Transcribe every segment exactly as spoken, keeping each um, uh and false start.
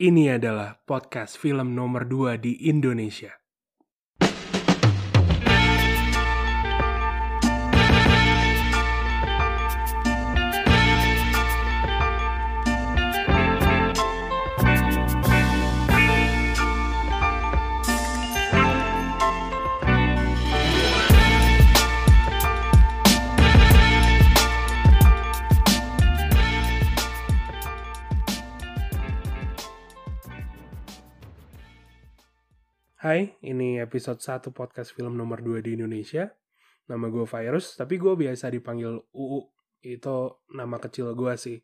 Ini adalah podcast film nomor dua di Indonesia. Hai, ini episode satu podcast film nomor dua di Indonesia. Nama gue Virus, tapi gue biasa dipanggil U U. Itu nama kecil gue sih.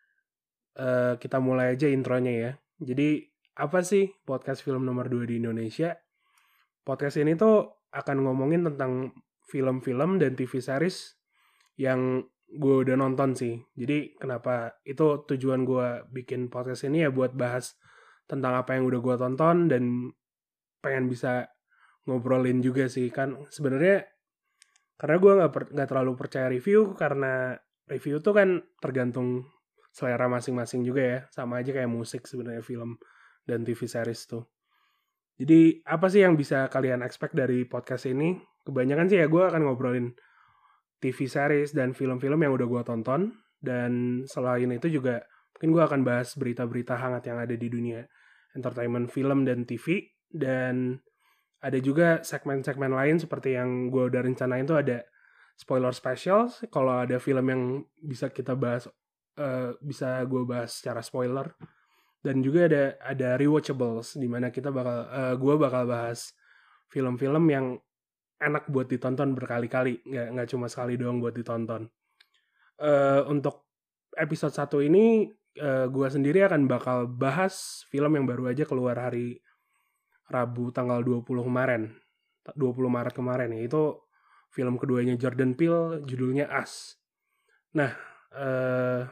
Uh, kita mulai aja intronya ya. Jadi, apa sih podcast film nomor dua di Indonesia? Podcast ini tuh akan ngomongin tentang film-film dan T V series yang gue udah nonton sih. Jadi, kenapa itu tujuan gue bikin podcast ini ya buat bahas tentang apa yang udah gue tonton dan pengen bisa ngobrolin juga sih kan sebenarnya karena gue nggak per, nggak terlalu percaya review karena review tuh kan tergantung selera masing-masing juga ya, sama aja kayak musik sebenarnya, film dan T V series tuh. Jadi apa sih yang bisa kalian expect dari podcast ini? Kebanyakan sih ya gue akan ngobrolin T V series dan film-film yang udah gue tonton, dan selain itu juga mungkin gue akan bahas berita-berita hangat yang ada di dunia entertainment film dan T V. Dan ada juga segmen-segmen lain seperti yang gue udah rencanain tuh ada spoiler special. Kalau ada film yang bisa kita bahas, uh, bisa gue bahas secara spoiler. Dan juga ada ada rewatchables di mana kita bakal, uh, gue bakal bahas film-film yang enak buat ditonton berkali-kali, nggak nggak cuma sekali doang buat ditonton. Uh, untuk episode satu ini, uh, gue sendiri akan bakal bahas film yang baru aja keluar hari Rabu tanggal dua puluh kemarin, dua puluh Maret kemarin ya. Itu film keduanya Jordan Peele, judulnya Us. Nah, uh,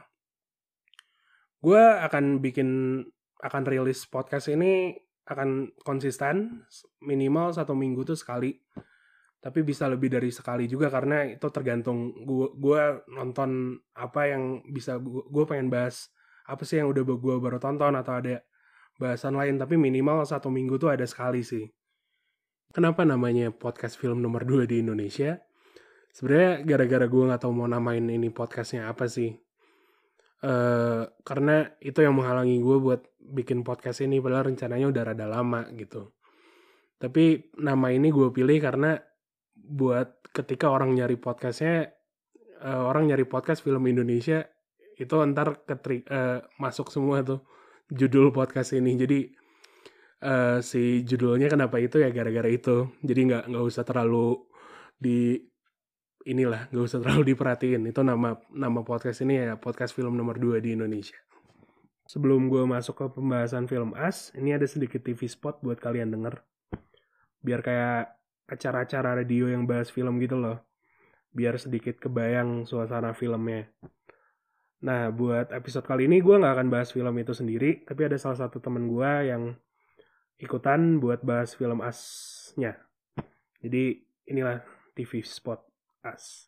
gue akan bikin, akan rilis podcast ini akan konsisten, minimal satu minggu tuh sekali. Tapi bisa lebih dari sekali juga karena itu tergantung gue, gue nonton apa yang bisa, gue, gue pengen bahas apa sih yang udah gue baru tonton atau ada bahasan lain, tapi minimal satu minggu tuh ada sekali sih. Kenapa namanya podcast film nomor dua di Indonesia? Sebenarnya gara-gara gue gak tahu mau namain ini podcastnya apa sih. Uh, karena itu yang menghalangi gue buat bikin podcast ini, padahal rencananya udah rada lama gitu. Tapi nama ini gue pilih karena buat ketika orang nyari podcastnya, uh, orang nyari podcast film Indonesia, itu ntar ketri, uh, masuk semua tuh judul podcast ini. Jadi uh, si judulnya kenapa itu ya gara-gara itu. Jadi nggak nggak usah terlalu di inilah nggak usah terlalu diperhatiin. Itu nama nama podcast ini ya podcast film nomor dua di Indonesia. Sebelum gue masuk ke pembahasan film Us, ini ada sedikit T V spot buat kalian denger. Biar kayak acara-acara radio yang bahas film gitu loh. Biar sedikit kebayang suasana filmnya. Nah, buat episode kali ini gue gak akan bahas film itu sendiri, tapi ada salah satu temen gue yang ikutan buat bahas film Us-nya. Jadi, inilah T V spot Us.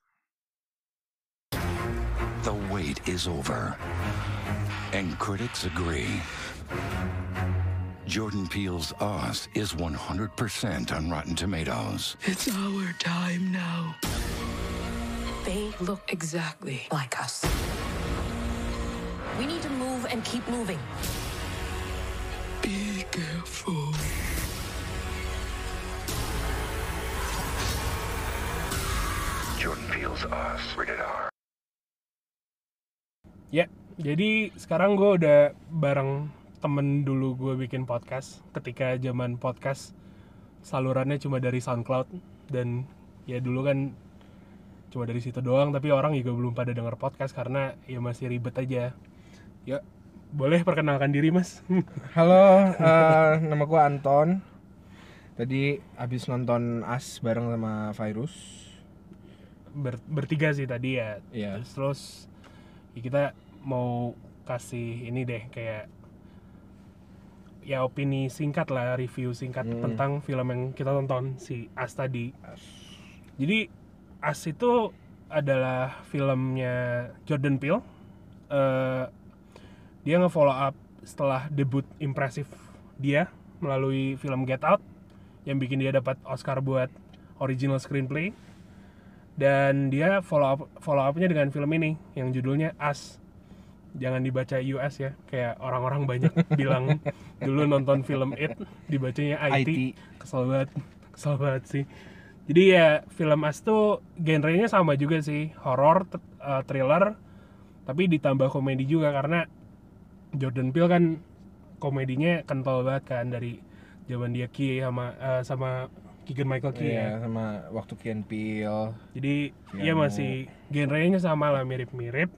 The wait is over, and critics agree. Jordan Peele's Us is one hundred percent on Rotten Tomatoes. It's our time now. They look exactly like us. We need to move and keep moving. Be careful. Jordan Peele's Us, rated R. Ya, jadi sekarang gue udah bareng temen dulu gue bikin podcast. Ketika zaman podcast salurannya cuma dari SoundCloud, dan ya dulu kan cuma dari situ doang, tapi orang juga belum pada denger podcast karena ya masih ribet aja. Ya, boleh perkenalkan diri, Mas? Halo, uh, nama gue Anton. Tadi habis nonton Us bareng sama Virus. Ber, bertiga sih tadi ya. Iya. Terus, terus ya kita mau kasih ini deh kayak ya opini singkat lah, review singkat hmm. tentang film yang kita tonton, si Us tadi. Us. Jadi Us itu adalah filmnya Jordan Peele. Uh, dia nge-follow up setelah debut impresif dia melalui film Get Out yang bikin dia dapat Oscar buat original screenplay. Dan dia follow up follow up-nya dengan film ini yang judulnya Us. Jangan dibaca U S ya, kayak orang-orang banyak bilang dulu nonton film It dibacanya I T. I T. Kesel banget, kesel banget sih. Jadi ya film Us tuh genrenya sama juga sih, horror, t- uh, thriller, tapi ditambah komedi juga karena Jordan Peele kan komedinya kental banget kan dari zaman dia Key sama uh, sama Keegan Michael Key yeah, ya. Sama waktu Key and Peele. Jadi ya masih genrenya sama lah, mirip-mirip.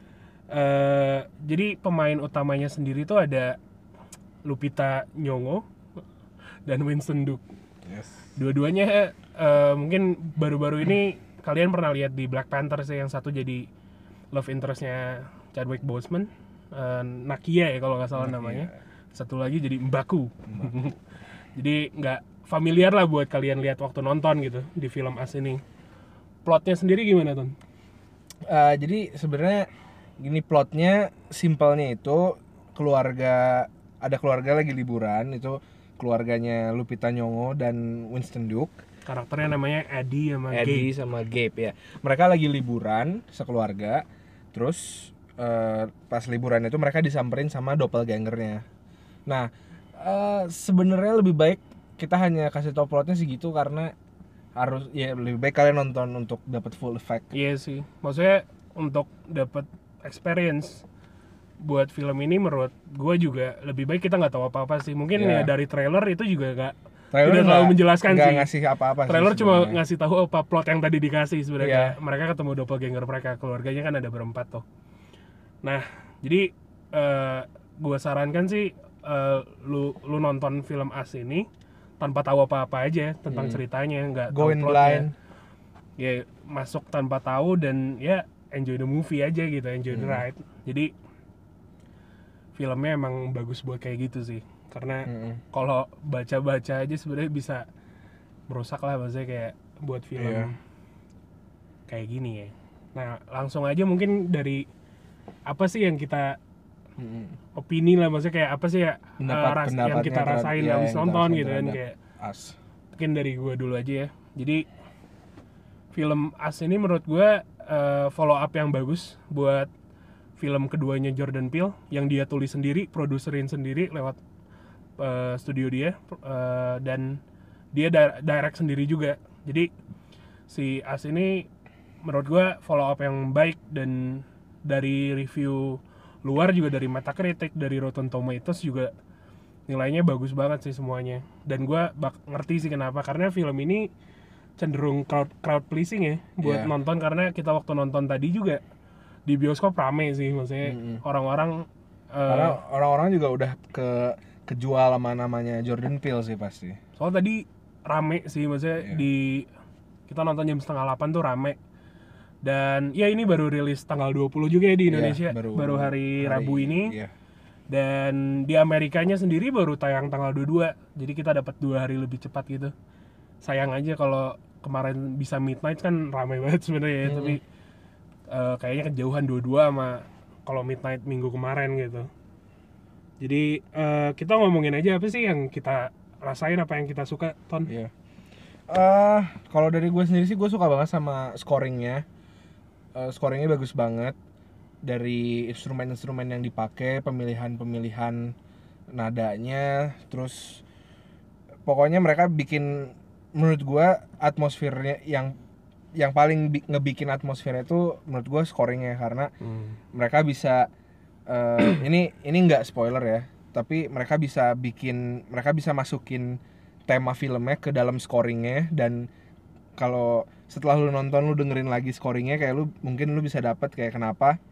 Uh, jadi pemain utamanya sendiri tuh ada Lupita Nyong'o dan Winston Duke. Yes. Dua-duanya uh, mungkin baru-baru ini kalian pernah lihat di Black Panther sih, yang satu jadi love interest-nya Chadwick Boseman, uh, Nakia ya kalau nggak salah Nakia. Namanya. Satu lagi jadi Mbaku. Mbaku. Jadi nggak familiar lah buat kalian lihat waktu nonton gitu di film Us ini. Plotnya sendiri gimana, Ton? Uh, jadi sebenarnya gini, plotnya simpelnya itu keluarga, ada keluarga lagi liburan, itu keluarganya Lupita Nyong'o dan Winston Duke. Karakternya namanya Eddie sama Gabe. Eddie sama Gabe ya. Mereka lagi liburan sekeluarga. Terus uh, pas liburan itu mereka disamperin sama doppelgangernya. Nah, uh, sebenarnya lebih baik kita hanya kasih tau plotnya segitu karena harus ya lebih baik kalian nonton untuk dapat full effect. Iya sih. Maksudnya untuk dapat experience buat film ini menurut gue juga lebih baik kita nggak tahu apa-apa sih. Mungkin yeah. ya dari trailer itu juga nggak tidak terlalu menjelaskan gak sih. Ngasih apa-apa. Trailer sih, cuma sebenernya. ngasih tahu apa plot yang tadi dikasih sebenarnya. Yeah. Mereka ketemu doppelganger mereka, keluarganya kan ada berempat tuh. Nah, jadi uh, gue sarankan sih uh, lu lu nonton film Us ini tanpa tahu apa-apa aja tentang hmm. ceritanya, nggak tahu plotnya. Ya masuk tanpa tahu dan ya enjoy the movie aja gitu, enjoy hmm. the ride. Jadi filmnya emang bagus buat kayak gitu sih. Karena hmm. kalau baca-baca aja sebenarnya bisa merusak lah, maksudnya kayak buat film yeah. kayak gini ya. Nah, langsung aja mungkin dari apa sih yang kita hmm. opini lah, maksudnya kayak apa sih ya pendapat, uh, ras- yang kita rasain ya, habis nonton gitu kan, kayak Us. Mungkin dari gue dulu aja ya. Jadi film Us ini menurut gue uh, follow up yang bagus buat film keduanya Jordan Peele yang dia tulis sendiri, produserin sendiri lewat uh, studio dia, uh, dan dia di- direct sendiri juga. Jadi si Us ini menurut gue follow up yang baik, dan dari review luar juga, dari Metacritic, dari Rotten Tomatoes juga nilainya bagus banget sih semuanya. Dan gue bak- ngerti sih kenapa, karena film ini cenderung crowd crowd pleasing ya buat yeah. nonton, karena kita waktu nonton tadi juga di bioskop rame sih, maksudnya mm-hmm. orang-orang uh, karena orang-orang juga udah ke kejual sama namanya Jordan Peele sih pasti. Soalnya tadi rame sih, maksudnya yeah. di kita nonton jam setengah delapan tuh rame. Dan ya ini baru rilis tanggal dua puluh juga ya di Indonesia, yeah, baru, baru hari, hari Rabu ini. Yeah. Dan di Amerikanya sendiri baru tayang tanggal dua puluh dua. Jadi kita dapat dua hari lebih cepat gitu. Sayang aja kalau kemarin bisa midnight kan ramai banget sebenarnya ya, hmm. tapi uh, kayaknya kejauhan dua puluh dua sama kalau midnight minggu kemarin gitu. Jadi uh, kita ngomongin aja apa sih yang kita rasain, apa yang kita suka, Ton? Iya. Yeah. Uh, kalau dari gue sendiri sih gue suka banget sama scoringnya. Uh, scoringnya bagus banget, dari instrumen-instrumen yang dipakai, pemilihan-pemilihan nadanya, terus pokoknya mereka bikin, menurut gue atmosfernya yang yang paling bi- ngebikin atmosfernya itu menurut gue scoringnya, karena hmm. mereka bisa uh, ini ini nggak spoiler ya, tapi mereka bisa bikin mereka bisa masukin tema filmnya ke dalam scoringnya, dan kalau setelah lu nonton lu dengerin lagi scoringnya, kayak lu mungkin lu bisa dapat kayak kenapa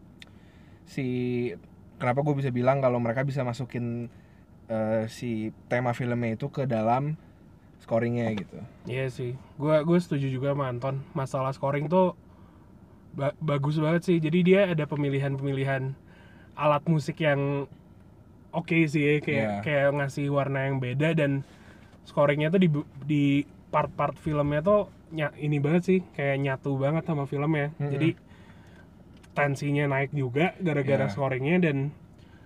si kenapa gue bisa bilang kalau mereka bisa masukin uh, si tema filmnya itu ke dalam scoringnya gitu. Iya sih, gue gue setuju juga sama Anton. Masalah scoring tuh ba- bagus banget sih. Jadi dia ada pemilihan-pemilihan alat musik yang oke okay sih ya, kayak yeah. kayak ngasih warna yang beda, dan scoringnya tuh di di part-part filmnya tuh ny- ini banget sih, kayak nyatu banget sama filmnya. Mm-hmm. Jadi tensinya naik juga gara-gara yeah. scoringnya, dan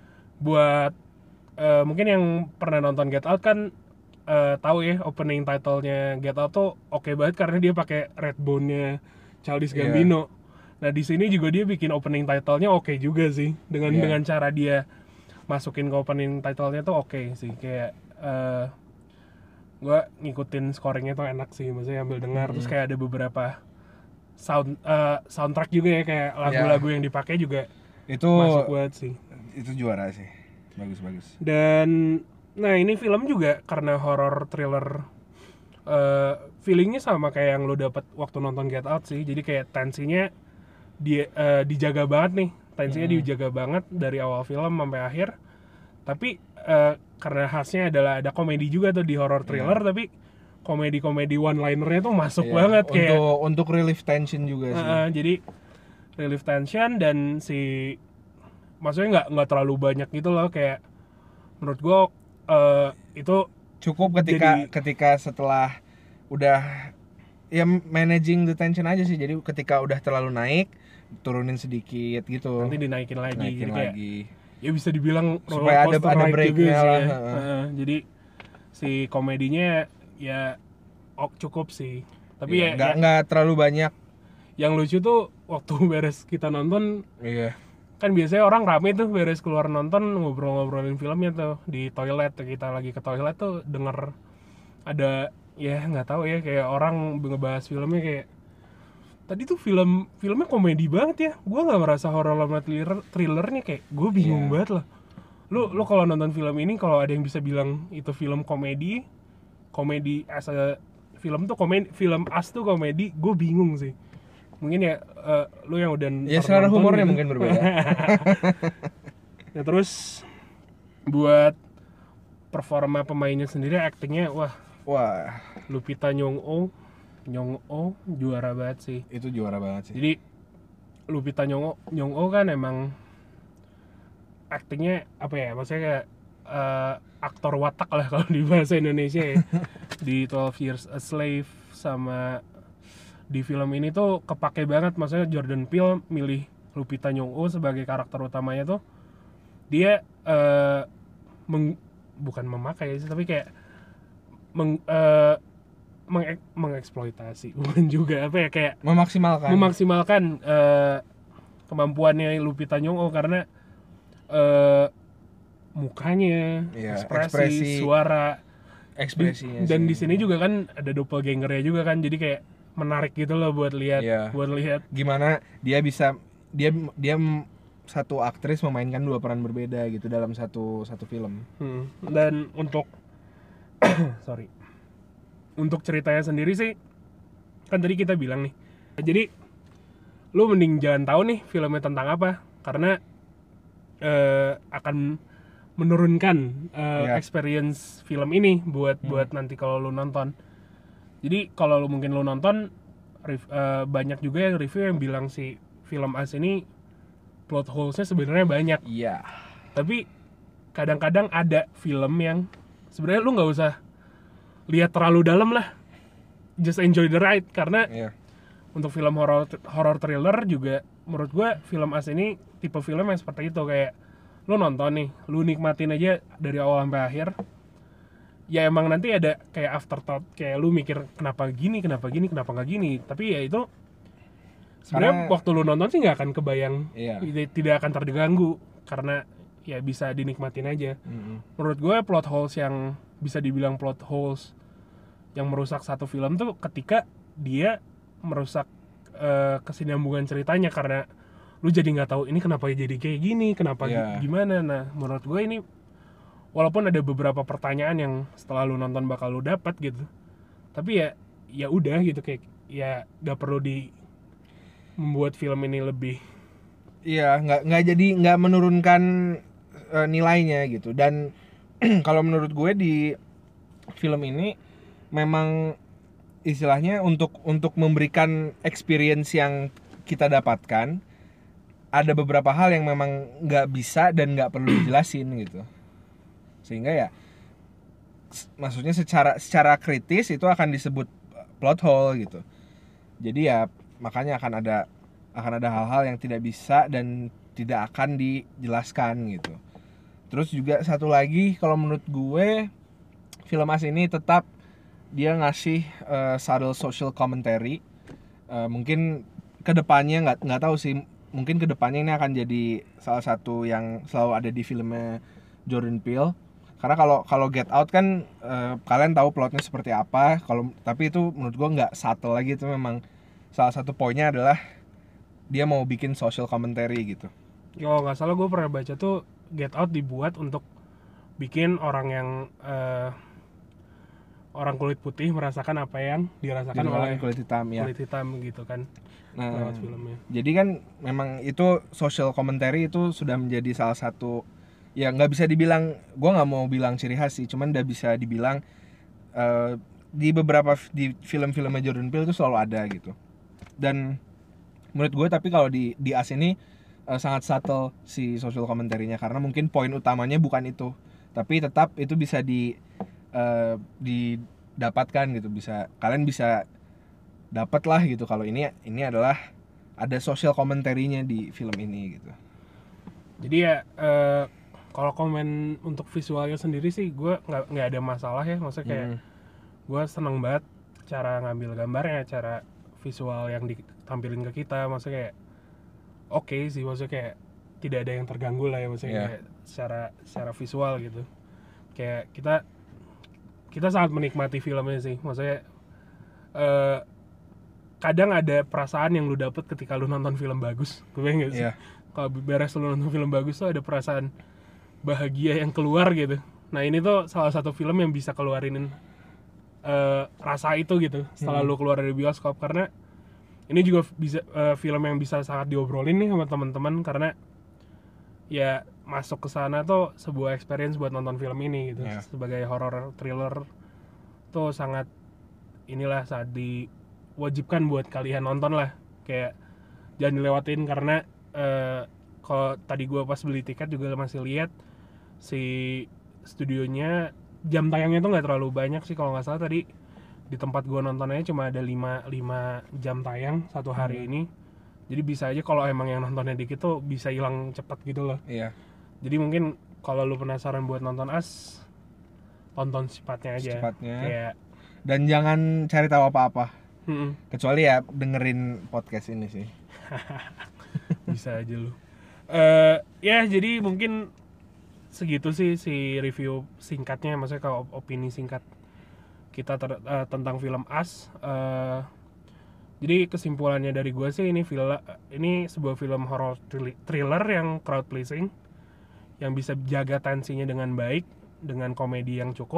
buat uh, mungkin yang pernah nonton Get Out kan uh, tahu ya opening title-nya Get Out tuh oke okay banget karena dia pakai Redbone-nya Childish Gambino. Yeah. Nah di sini juga dia bikin opening title-nya oke okay juga sih dengan yeah. dengan cara dia masukin ke opening title-nya tuh oke okay sih, kayak uh, gue ngikutin scoringnya tuh enak sih, maksudnya ambil dengar mm-hmm. terus kayak ada beberapa sound uh, soundtrack juga ya, kayak lagu-lagu yeah. yang dipakai juga itu masuk banget sih. Itu juara sih, bagus-bagus. Dan nah ini film juga karena horror thriller, uh, feelingnya sama kayak yang lo dapet waktu nonton Get Out sih, jadi kayak tensinya dia uh, dijaga banget nih, tensinya hmm. dijaga banget dari awal film sampai akhir. Tapi uh, karena khasnya adalah ada komedi juga tuh di horror thriller, yeah. tapi komedi-komedi one-linernya tuh masuk yeah. banget untuk, kayak untuk relief tension juga sih. Uh, jadi relief tension dan si maksudnya nggak nggak terlalu banyak gitu loh, kayak menurut gue uh, itu cukup ketika jadi, ketika setelah udah ya managing the tension aja sih, jadi ketika udah terlalu naik turunin sedikit gitu, nanti dinaikin lagi, naikin jadi lagi. Kayak ya bisa dibilang supaya ada ada breaknya lah. Ya. Uh, jadi si komedinya ya oh, cukup sih, tapi iya, ya nggak nggak ya, terlalu banyak. Yang lucu tuh waktu beres kita nonton, iya. kan biasanya orang rame tuh beres keluar nonton ngobrol-ngobrolin filmnya tuh di toilet, kita lagi ke toilet tuh denger ada ya nggak tahu ya kayak orang ngebahas filmnya kayak tadi tuh film filmnya komedi banget ya, gue nggak merasa horor sama thriller thrillernya, kayak gue bingung yeah. banget lah. Lu lu kalau nonton film ini kalau ada yang bisa bilang itu film komedi, komedi as a film tuh komedi, film as tuh komedi, gue bingung sih. Mungkin ya uh, lu yang udah ya secara humornya gitu. Mungkin berbeda. Ya terus buat performa pemainnya sendiri, aktingnya wah wah Lupita Nyong'o Nyong'o juara banget sih. Itu juara banget sih. Jadi Lupita Nyong'o Nyong'o kan emang aktingnya apa ya, maksudnya kayak uh, aktor watak lah kalau di bahasa Indonesia ya. Di twelve Years a Slave sama di film ini tuh kepake banget, maksudnya Jordan Peele milih Lupita Nyong'o sebagai karakter utamanya tuh dia uh, meng, bukan memakai sih, tapi kayak meng, uh, meng, mengeksploitasi bukan juga apa ya, kayak memaksimalkan memaksimalkan uh, kemampuannya Lupita Nyong'o karena uh, mukanya, ya, ekspresi, ekspresi, suara, ekspresinya dan sih. Di sini juga kan ada doppelgangernya juga kan, jadi kayak menarik gitu loh buat lihat, yeah. buat lihat gimana dia bisa dia dia satu aktris memainkan dua peran berbeda gitu dalam satu satu film. Hmm. Dan untuk sorry, untuk ceritanya sendiri sih kan tadi kita bilang nih, jadi lu mending jangan tahu nih filmnya tentang apa karena uh, akan menurunkan uh, yeah. experience film ini buat hmm. buat nanti kalau lu nonton. Jadi kalau lu mungkin lu nonton rev, uh, banyak juga yang review yang bilang si film Us ini plot holes-nya sebenarnya banyak. Iya. Yeah. Tapi kadang-kadang ada film yang sebenarnya lu nggak usah lihat terlalu dalam lah. Just enjoy the ride karena yeah. untuk film horror horror thriller juga menurut gua film Us ini tipe film yang seperti itu, kayak lu nonton nih, lu nikmatin aja dari awal sampai akhir. Ya emang nanti ada kayak afterthought, kayak lu mikir kenapa gini, kenapa gini, kenapa nggak gini. Tapi ya itu sebenarnya waktu lu nonton sih nggak akan kebayang, iya. tidak akan terganggu karena ya bisa dinikmatin aja. Mm-hmm. Menurut gue plot holes yang bisa dibilang plot holes yang merusak satu film tuh ketika dia merusak uh, kesinambungan ceritanya karena lu jadi nggak tahu ini kenapa jadi kayak gini, kenapa yeah. g- gimana. Nah menurut gue ini walaupun ada beberapa pertanyaan yang setelah lu nonton bakal lu dapat gitu, tapi ya ya udah gitu, kayak ya nggak perlu di membuat film ini lebih, iya nggak nggak jadi nggak menurunkan uh, nilainya gitu. Dan kalau menurut gue di film ini memang istilahnya untuk untuk memberikan experience yang kita dapatkan, ada beberapa hal yang memang nggak bisa dan nggak perlu dijelasin gitu. Sehingga ya maksudnya secara secara kritis itu akan disebut plot hole gitu. Jadi ya makanya akan ada akan ada hal-hal yang tidak bisa dan tidak akan dijelaskan gitu. Terus juga satu lagi kalau menurut gue film Us ini tetap dia ngasih uh, subtle social commentary. Uh, mungkin kedepannya nggak nggak tahu sih, mungkin kedepannya ini akan jadi salah satu yang selalu ada di filmnya Jordan Peele. Karena kalau kalau Get Out kan uh, kalian tahu plotnya seperti apa. Kalau tapi itu menurut gue nggak subtle lagi, itu memang salah satu poinnya adalah dia mau bikin social commentary gitu. Kalau nggak salah gue pernah baca tuh Get Out dibuat untuk bikin orang yang uh, orang kulit putih merasakan apa yang dirasakan oleh kulit hitam, ya. Kulit hitam gitu kan. Nah, lewat filmnya. Jadi kan memang itu social commentary itu sudah menjadi salah satu, ya nggak bisa dibilang, gue nggak mau bilang ciri khas sih, cuman udah bisa dibilang uh, di beberapa di film-filmnya Jordan Peele itu selalu ada gitu. Dan menurut gue tapi kalau di di Us ini uh, sangat subtle si social commentary-nya, karena mungkin poin utamanya bukan itu, tapi tetap itu bisa di uh, didapatkan gitu, bisa kalian bisa dapat lah gitu kalau ini ini adalah ada social commentary-nya di film ini gitu. Jadi ya uh, kalau komen untuk visualnya sendiri sih gue nggak nggak ada masalah ya, maksudnya kayak hmm. gue seneng banget cara ngambil gambarnya, cara visual yang ditampilin ke kita, maksudnya kayak oke okay sih, maksudnya kayak tidak ada yang terganggu lah ya, maksudnya yeah. kayak secara secara visual gitu, kayak kita kita sangat menikmati filmnya sih, maksudnya uh, kadang ada perasaan yang lu dapet ketika lu nonton film bagus, gue nggak sih, yeah. kalau beres lu nonton film bagus tuh ada perasaan bahagia yang keluar gitu. Nah ini tuh salah satu film yang bisa keluarin uh, rasa itu gitu setelah hmm. lu keluar dari bioskop, karena ini juga bisa uh, film yang bisa sangat diobrolin nih sama teman-teman, karena ya masuk ke sana tuh sebuah experience buat nonton film ini gitu. Yeah. Sebagai horror thriller tuh sangat inilah saat diwajibkan buat kalian nonton lah, kayak jangan dilewatin, karena uh, kalau tadi gue pas beli tiket juga masih lihat si studionya jam tayangnya tuh nggak terlalu banyak sih, kalau nggak salah tadi di tempat gue nontonnya cuma ada lima jam tayang satu hari hmm. ini, jadi bisa aja kalau emang yang nontonnya dikit tuh bisa hilang cepat gitu loh. Iya. Jadi mungkin kalau lu penasaran buat nonton Us, tonton secepatnya aja. Secepatnya. Kayak dan jangan cari tahu apa-apa. Hmm. Kecuali ya dengerin podcast ini sih. Bisa aja lu. Uh, ya jadi mungkin segitu sih si review singkatnya, maksudnya kalau opini singkat kita ter, uh, tentang film Us. Uh, jadi kesimpulannya dari gue sih ini film ini sebuah film horror thriller yang crowd pleasing, yang bisa jaga tensinya dengan baik dengan komedi yang cukup.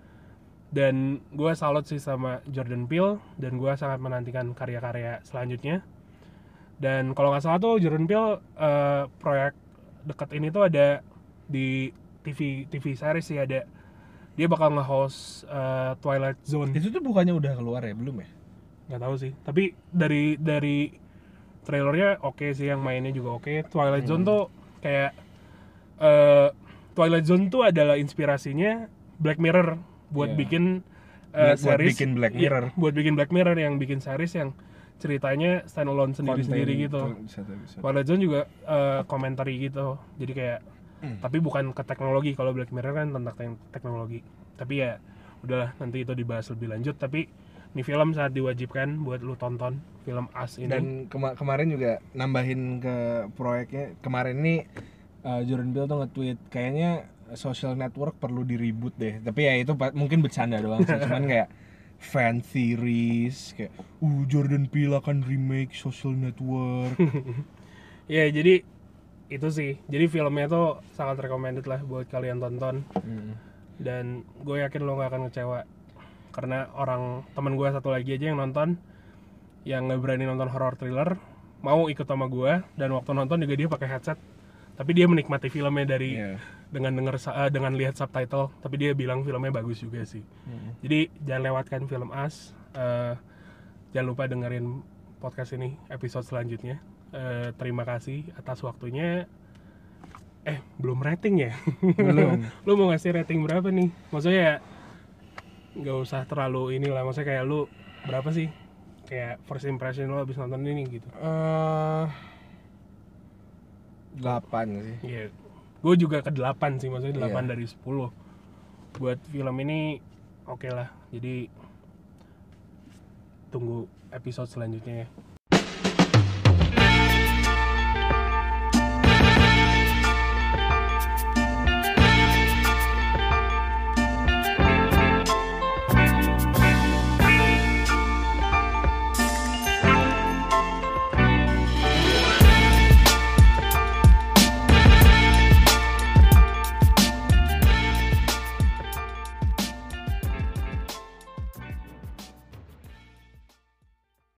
Dan gue salut sih sama Jordan Peele, dan gue sangat menantikan karya-karya selanjutnya. Dan kalau nggak salah tuh Jordan Peele uh, proyek dekat ini tuh ada di T V T V series sih, ada dia bakal nge-host uh, Twilight Zone. Itu tuh bukannya udah keluar ya, belum ya? Nggak tahu sih, tapi dari dari trailernya oke okay sih, yang mainnya juga oke. Okay. Twilight hmm. Zone tuh kayak uh, Twilight Zone tuh adalah inspirasinya Black Mirror buat yeah. bikin uh, buat series bikin Black Mirror. Ya, buat bikin Black Mirror yang bikin series yang ceritanya standalone sendiri-sendiri gitu. Twilight Zone juga uh, komentari gitu. Jadi kayak hmm. tapi bukan ke teknologi. Kalau Black Mirror kan tentang te- teknologi. Tapi ya udahlah, nanti itu dibahas lebih lanjut. Tapi ini film sangat diwajibkan buat lu tonton, film Us ini. Dan kema- kemarin juga nambahin ke proyeknya. Kemarin ini uh, Jordan Peele tuh nge-tweet kayaknya social network perlu di-reboot deh. Tapi ya itu mungkin bercanda doang sih. Cuman kayak fan theories kayak uh Jordan Peele akan remake social network. Ya jadi itu sih, jadi filmnya tuh sangat recommended lah buat kalian tonton. hmm. Dan gue yakin lo gak akan ngecewa, karena orang teman gue satu lagi aja yang nonton, yang nggak berani nonton horror thriller, mau ikut sama gue, dan waktu nonton juga dia pakai headset, tapi dia menikmati filmnya dari yeah. dengan denger uh, dengan lihat subtitle, tapi dia bilang filmnya bagus juga sih. Hmm. Jadi jangan lewatkan film Us. Uh, jangan lupa dengerin podcast ini episode selanjutnya. Uh, terima kasih atas waktunya. Eh belum rating ya? Belum. Lu mau ngasih rating berapa nih? Maksudnya ya nggak usah terlalu inilah. Maksudnya kayak lu berapa sih? Kayak first impression lu abis nonton ini gitu. Uh, delapan sih. Iya. Yeah. Gue juga ke delapan sih, maksudnya delapan Iya. dari sepuluh. Buat film ini oke lah. Jadi tunggu episode selanjutnya ya.